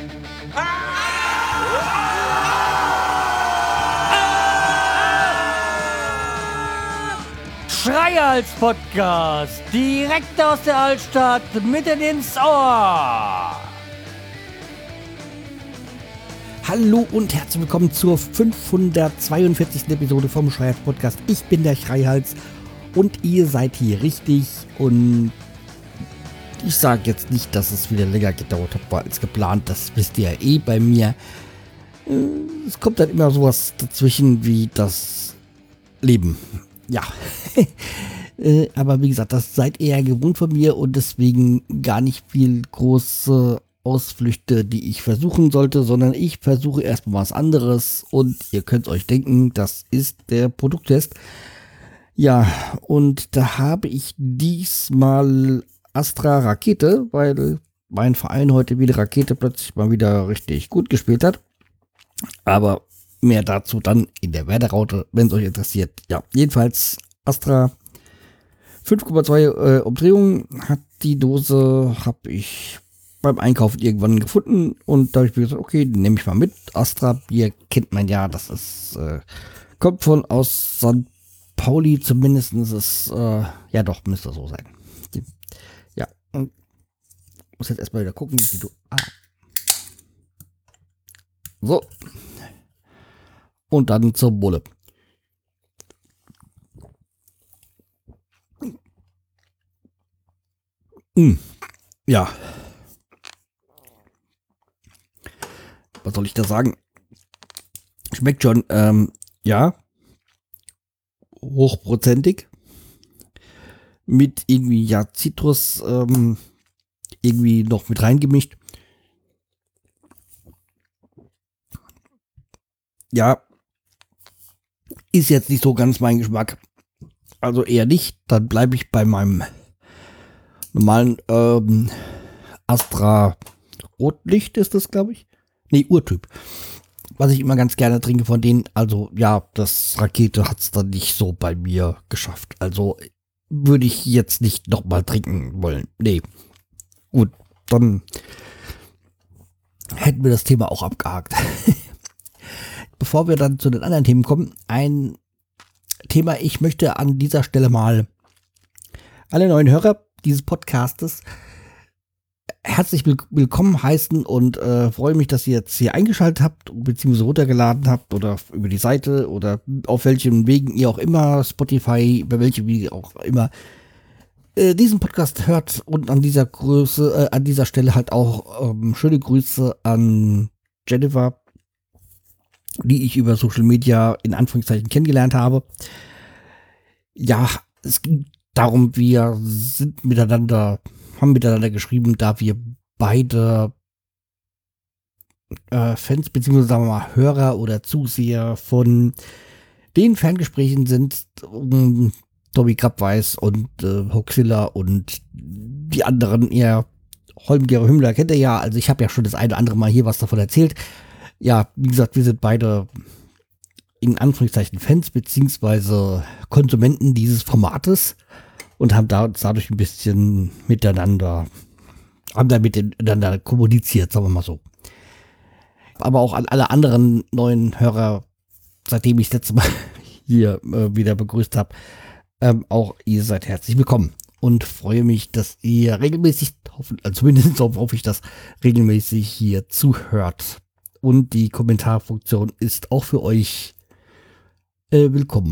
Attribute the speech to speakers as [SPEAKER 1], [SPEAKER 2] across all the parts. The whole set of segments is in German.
[SPEAKER 1] Schreihals Podcast, direkt aus der Altstadt, mitten ins Ohr.
[SPEAKER 2] Hallo und herzlich willkommen zur 542. Episode vom Schreihals Podcast. Ich bin der Schreihals und ihr seid hier richtig. Und ich sage jetzt nicht, dass es wieder länger gedauert hat als geplant. Das wisst ihr ja eh bei mir. Es kommt dann immer sowas dazwischen wie das Leben. Ja, aber wie gesagt, das seid ihr ja gewohnt von mir und deswegen gar nicht viel große Ausflüchte, die ich versuchen sollte, sondern ich versuche erstmal was anderes und ihr könnt euch denken, das ist der Produkttest. Ja, und da habe ich diesmal Astra Rakete, weil mein Verein heute wieder Rakete plötzlich mal wieder richtig gut gespielt hat. Aber mehr dazu dann in der Werderaute, wenn es euch interessiert. Ja, jedenfalls Astra 5,2 Umdrehungen hat die Dose, habe ich beim Einkaufen irgendwann gefunden und da habe ich mir gesagt, okay, den nehme ich mal mit. Astra Bier kennt man ja, das ist, kommt von aus St. Pauli, zumindest ist ja doch, müsste so sein. Ja, und muss jetzt erstmal wieder gucken, wie die so. Und dann zur Bulle. Ja. Was soll ich da sagen? Schmeckt schon, ja. Hochprozentig. Mit irgendwie, ja, Zitrus, irgendwie noch mit reingemischt. Ja. Ist jetzt nicht so ganz mein Geschmack. Also eher nicht. Dann bleibe ich bei meinem normalen Astra Rotlicht ist das, glaube ich. Nee, Urtyp. Was ich immer ganz gerne trinke von denen. Also ja, das Rakete hat es dann nicht so bei mir geschafft. Also würde ich jetzt nicht nochmal trinken wollen. Nee. Gut, dann hätten wir das Thema auch abgehakt. Bevor wir dann zu den anderen Themen kommen, ein Thema, ich möchte an dieser Stelle mal alle neuen Hörer dieses Podcastes herzlich willkommen heißen und freue mich, dass ihr jetzt hier eingeschaltet habt, beziehungsweise runtergeladen habt oder über die Seite oder auf welchen Wegen ihr auch immer, Spotify, bei welchem Wege auch immer, diesen Podcast hört und an dieser Stelle halt auch schöne Grüße an Jennifer, die ich über Social Media in Anführungszeichen kennengelernt habe. Ja, es ging darum, wir haben miteinander geschrieben, da wir beide Fans, beziehungsweise sagen wir mal Hörer oder Zuseher von den Ferngesprächen sind, Tobi Krabweis und Hoxilla und die anderen eher Holmgere Hümmler kennt ihr ja, also ich habe ja schon das eine oder andere Mal hier was davon erzählt. Ja, wie gesagt, wir sind beide in Anführungszeichen Fans beziehungsweise Konsumenten dieses Formates und haben dadurch ein bisschen miteinander kommuniziert, sagen wir mal so. Aber auch an alle anderen neuen Hörer, seitdem ich das letzte Mal hier wieder begrüßt habe, auch ihr seid herzlich willkommen und freue mich, dass ihr regelmäßig, zumindest hoffe ich, dass regelmäßig hier zuhört. Und die Kommentarfunktion ist auch für euch willkommen.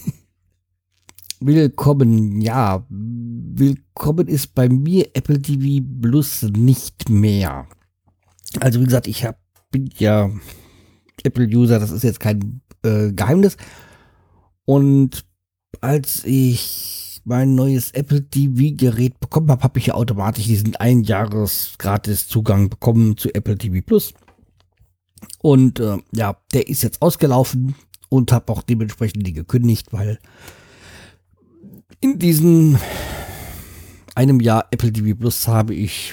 [SPEAKER 2] Willkommen, ja. Willkommen ist bei mir Apple TV Plus nicht mehr. Also wie gesagt, bin ja Apple-User, das ist jetzt kein Geheimnis. Und als ich mein neues Apple TV-Gerät bekommen habe, habe ich ja automatisch diesen 1 Jahres Gratis-Zugang bekommen zu Apple TV Plus. Und ja, der ist jetzt ausgelaufen und habe auch dementsprechend die gekündigt, weil in diesem einem Jahr Apple TV Plus habe ich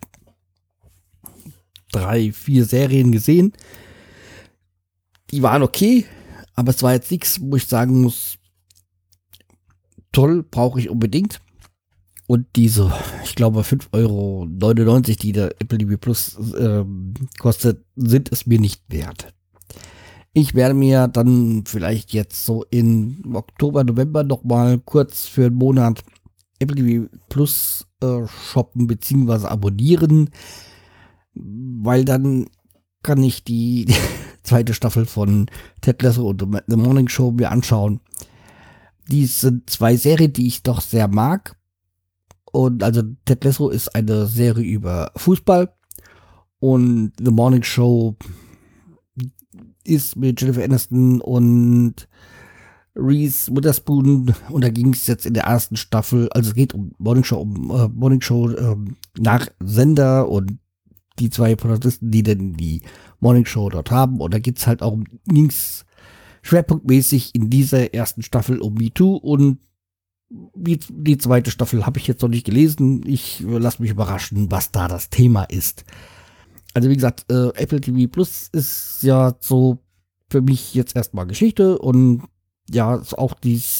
[SPEAKER 2] 3, 4 Serien gesehen. Die waren okay, aber es war jetzt nichts, wo ich sagen muss, toll, brauche ich unbedingt. Und diese, ich glaube, 5,99 €, die der Apple TV Plus kostet, sind es mir nicht wert. Ich werde mir dann vielleicht jetzt so in Oktober, November nochmal kurz für einen Monat Apple TV Plus shoppen bzw. abonnieren, weil dann kann ich die zweite Staffel von Ted Lasso und The Morning Show mir anschauen. Dies sind zwei Serien, die ich doch sehr mag. Und also Ted Lasso ist eine Serie über Fußball und The Morning Show ist mit Jennifer Aniston und Reese Witherspoon, und da ging es jetzt in der ersten Staffel, also es geht um Morning Show nach Sender und die zwei Protagonisten, die denn die Morning Show dort haben, und da ging's halt auch schwerpunktmäßig in dieser ersten Staffel um MeToo, und die zweite Staffel habe ich jetzt noch nicht gelesen. Ich lasse mich überraschen, was da das Thema ist. Also wie gesagt, Apple TV Plus ist ja so für mich jetzt erstmal Geschichte, und ja, ist auch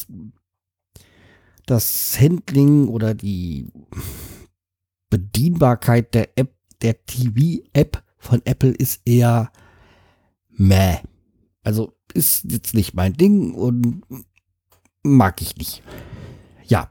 [SPEAKER 2] das Handling oder die Bedienbarkeit der App, der TV-App von Apple ist eher meh. Also ist jetzt nicht mein Ding und mag ich nicht. Ja.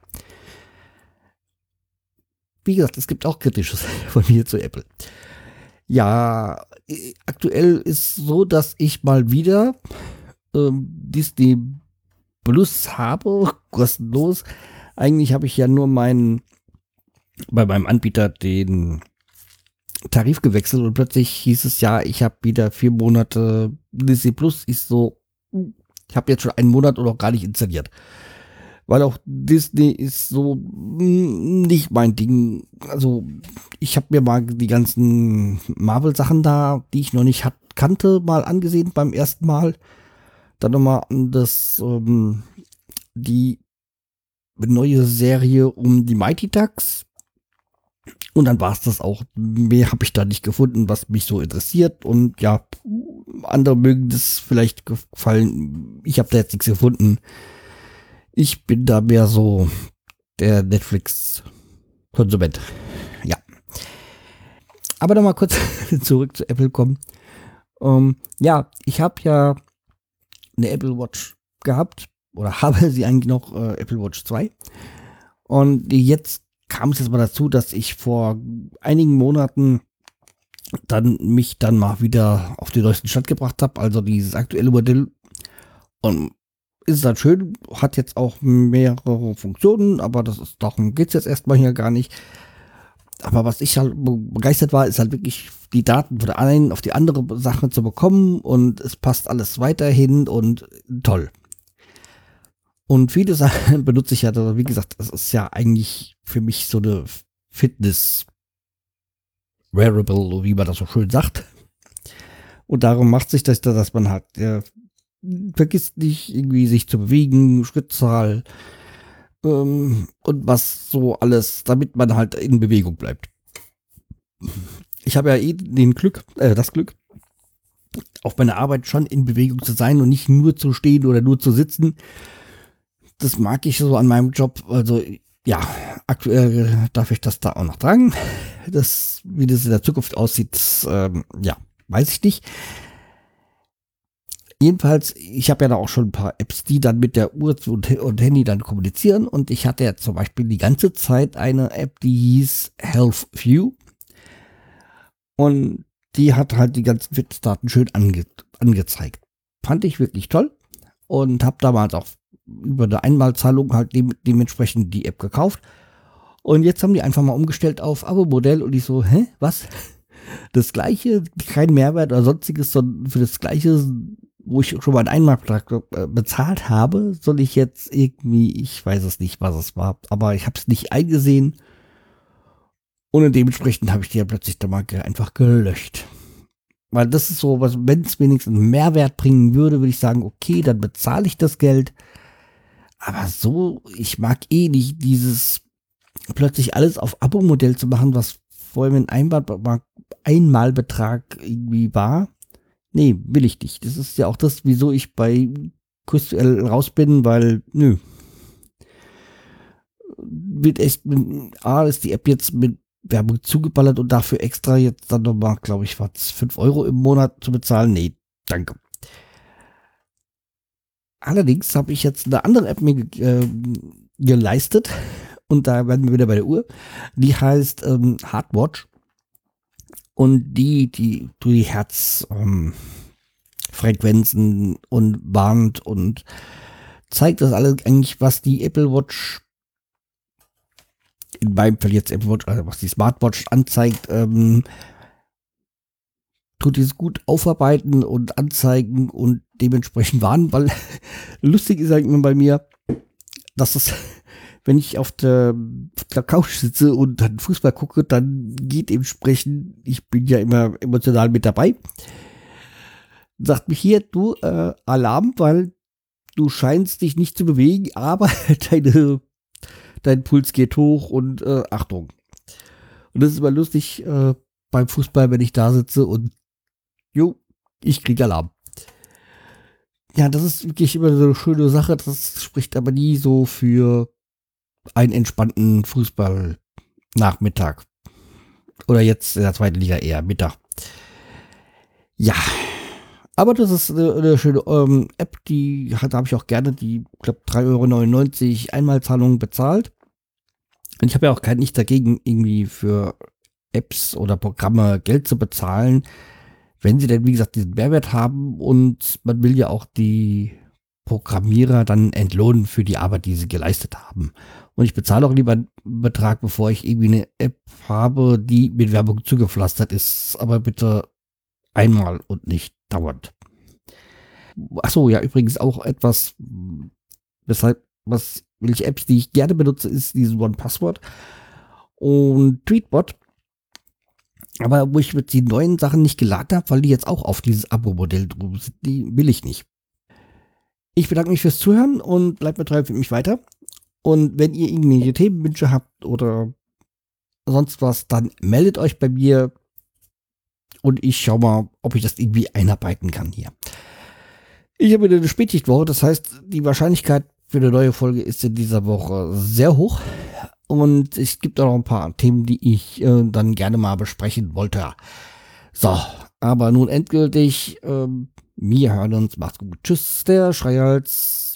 [SPEAKER 2] Wie gesagt, es gibt auch Kritisches von mir zu Apple. Ja, aktuell ist so, dass ich mal wieder Disney Plus habe, kostenlos. Eigentlich habe ich ja nur bei meinem Anbieter den Tarif gewechselt, und plötzlich hieß es ja, ich habe wieder 4 Monate Disney Plus. Ich habe jetzt schon einen Monat oder auch gar nicht installiert. Weil auch Disney ist so nicht mein Ding. Also ich habe mir mal die ganzen Marvel-Sachen da, die ich noch nicht kannte, mal angesehen beim ersten Mal. Dann nochmal die neue Serie um die Mighty Ducks. Und dann war es das auch. Mehr habe ich da nicht gefunden, was mich so interessiert. Und ja, andere mögen das vielleicht gefallen. Ich habe da jetzt nichts gefunden. Ich bin da mehr so der Netflix-Konsument. Ja. Aber nochmal kurz zurück zu Apple kommen. Ja, ich habe ja eine Apple Watch gehabt. Oder habe sie eigentlich noch, Apple Watch 2. Und jetzt kam es mal dazu, dass ich vor einigen Monaten mich dann mal wieder auf den neuesten Stand gebracht habe. Also dieses aktuelle Modell. Und ist dann schön, hat jetzt auch mehrere Funktionen, aber darum geht es jetzt erstmal hier gar nicht. Aber was ich halt begeistert war, ist halt wirklich die Daten von der einen auf die andere Sache zu bekommen, und es passt alles weiterhin und toll. Und viele Sachen benutze ich ja, wie gesagt, das ist ja eigentlich für mich so eine Fitness-Wearable, wie man das so schön sagt. Und darum macht sich das, dass man halt vergisst nicht irgendwie sich zu bewegen, Schrittzahl und was so alles, damit man halt in Bewegung bleibt. Ich habe ja das Glück, auf meiner Arbeit schon in Bewegung zu sein und nicht nur zu stehen oder nur zu sitzen. Das mag ich so an meinem Job. Also ja, aktuell darf ich das da auch noch tragen. Wie das in der Zukunft aussieht, ja, weiß ich nicht. Jedenfalls, ich habe ja da auch schon ein paar Apps, die dann mit der Uhr und Handy dann kommunizieren. Und ich hatte ja zum Beispiel die ganze Zeit eine App, die hieß Health View. Und die hat halt die ganzen Fitnessdaten schön angezeigt. Fand ich wirklich toll. Und habe damals auch über eine Einmalzahlung halt dementsprechend die App gekauft. Und jetzt haben die einfach mal umgestellt auf Abo-Modell. Und ich so, hä, was? Das Gleiche, kein Mehrwert oder sonstiges, sondern für das Gleiche, wo ich schon mal einen Einmalbetrag bezahlt habe, soll ich jetzt irgendwie, ich weiß es nicht, was es war, aber ich habe es nicht eingesehen, und dementsprechend habe ich die ja plötzlich dann mal einfach gelöscht. Weil das ist so, wenn es wenigstens einen Mehrwert bringen würde, würde ich sagen, okay, dann bezahle ich das Geld. Aber so, ich mag nicht dieses plötzlich alles auf Abo-Modell zu machen, was vorher ein Einmalbetrag irgendwie war. Nee, will ich nicht. Das ist ja auch das, wieso ich bei QuizDuell raus bin, weil, wird echt, ist die App jetzt mit Werbung zugeballert und dafür extra jetzt dann nochmal, glaube ich, was, 5 Euro im Monat zu bezahlen? Nee, danke. Allerdings habe ich jetzt eine andere App mir geleistet und da werden wir wieder bei der Uhr. Die heißt Heartwatch und die Herzfrequenzen und warnt und zeigt das alles eigentlich, was die Apple Watch, in meinem Fall jetzt Apple Watch, also was die Smartwatch anzeigt, tut es gut aufarbeiten und anzeigen und dementsprechend warnen, weil lustig ist halt immer bei mir, dass es, wenn ich auf der Couch sitze und dann Fußball gucke, dann geht entsprechend, ich bin ja immer emotional mit dabei, sagt mich hier, du, Alarm, weil du scheinst dich nicht zu bewegen, aber dein Puls geht hoch und Achtung. Und das ist immer lustig beim Fußball, wenn ich da sitze und ich kriege Alarm. Ja, das ist wirklich immer so eine schöne Sache. Das spricht aber nie so für einen entspannten Fußballnachmittag. Oder jetzt in der zweiten Liga eher Mittag. Ja, aber das ist eine schöne App, da habe ich auch gerne die, ich glaube, 3,99 € Einmalzahlung bezahlt. Und ich habe ja auch nichts dagegen, irgendwie für Apps oder Programme Geld zu bezahlen, wenn sie denn, wie gesagt, diesen Mehrwert haben und man will ja auch die Programmierer dann entlohnen für die Arbeit, die sie geleistet haben. Und ich bezahle auch lieber einen Betrag, bevor ich irgendwie eine App habe, die mit Werbung zugepflastert ist, aber bitte einmal und nicht dauernd. Achso, ja, übrigens auch etwas, welche Apps, die ich gerne benutze, ist dieses OnePassword und Tweetbot. Aber wo ich mit den neuen Sachen nicht geladen habe, weil die jetzt auch auf dieses Abo-Modell drüber sind, die will ich nicht. Ich bedanke mich fürs Zuhören und bleibt mir treu für mich weiter. Und wenn ihr irgendwelche Themenwünsche habt oder sonst was, dann meldet euch bei mir und ich schau mal, ob ich das irgendwie einarbeiten kann hier. Ich habe wieder eine Spätschichtwoche, das heißt, die Wahrscheinlichkeit für eine neue Folge ist in dieser Woche sehr hoch. Und es gibt auch noch ein paar Themen, die ich dann gerne mal besprechen wollte. So, aber nun endgültig. Wir hören uns. Macht's gut. Tschüss, der Schreihals.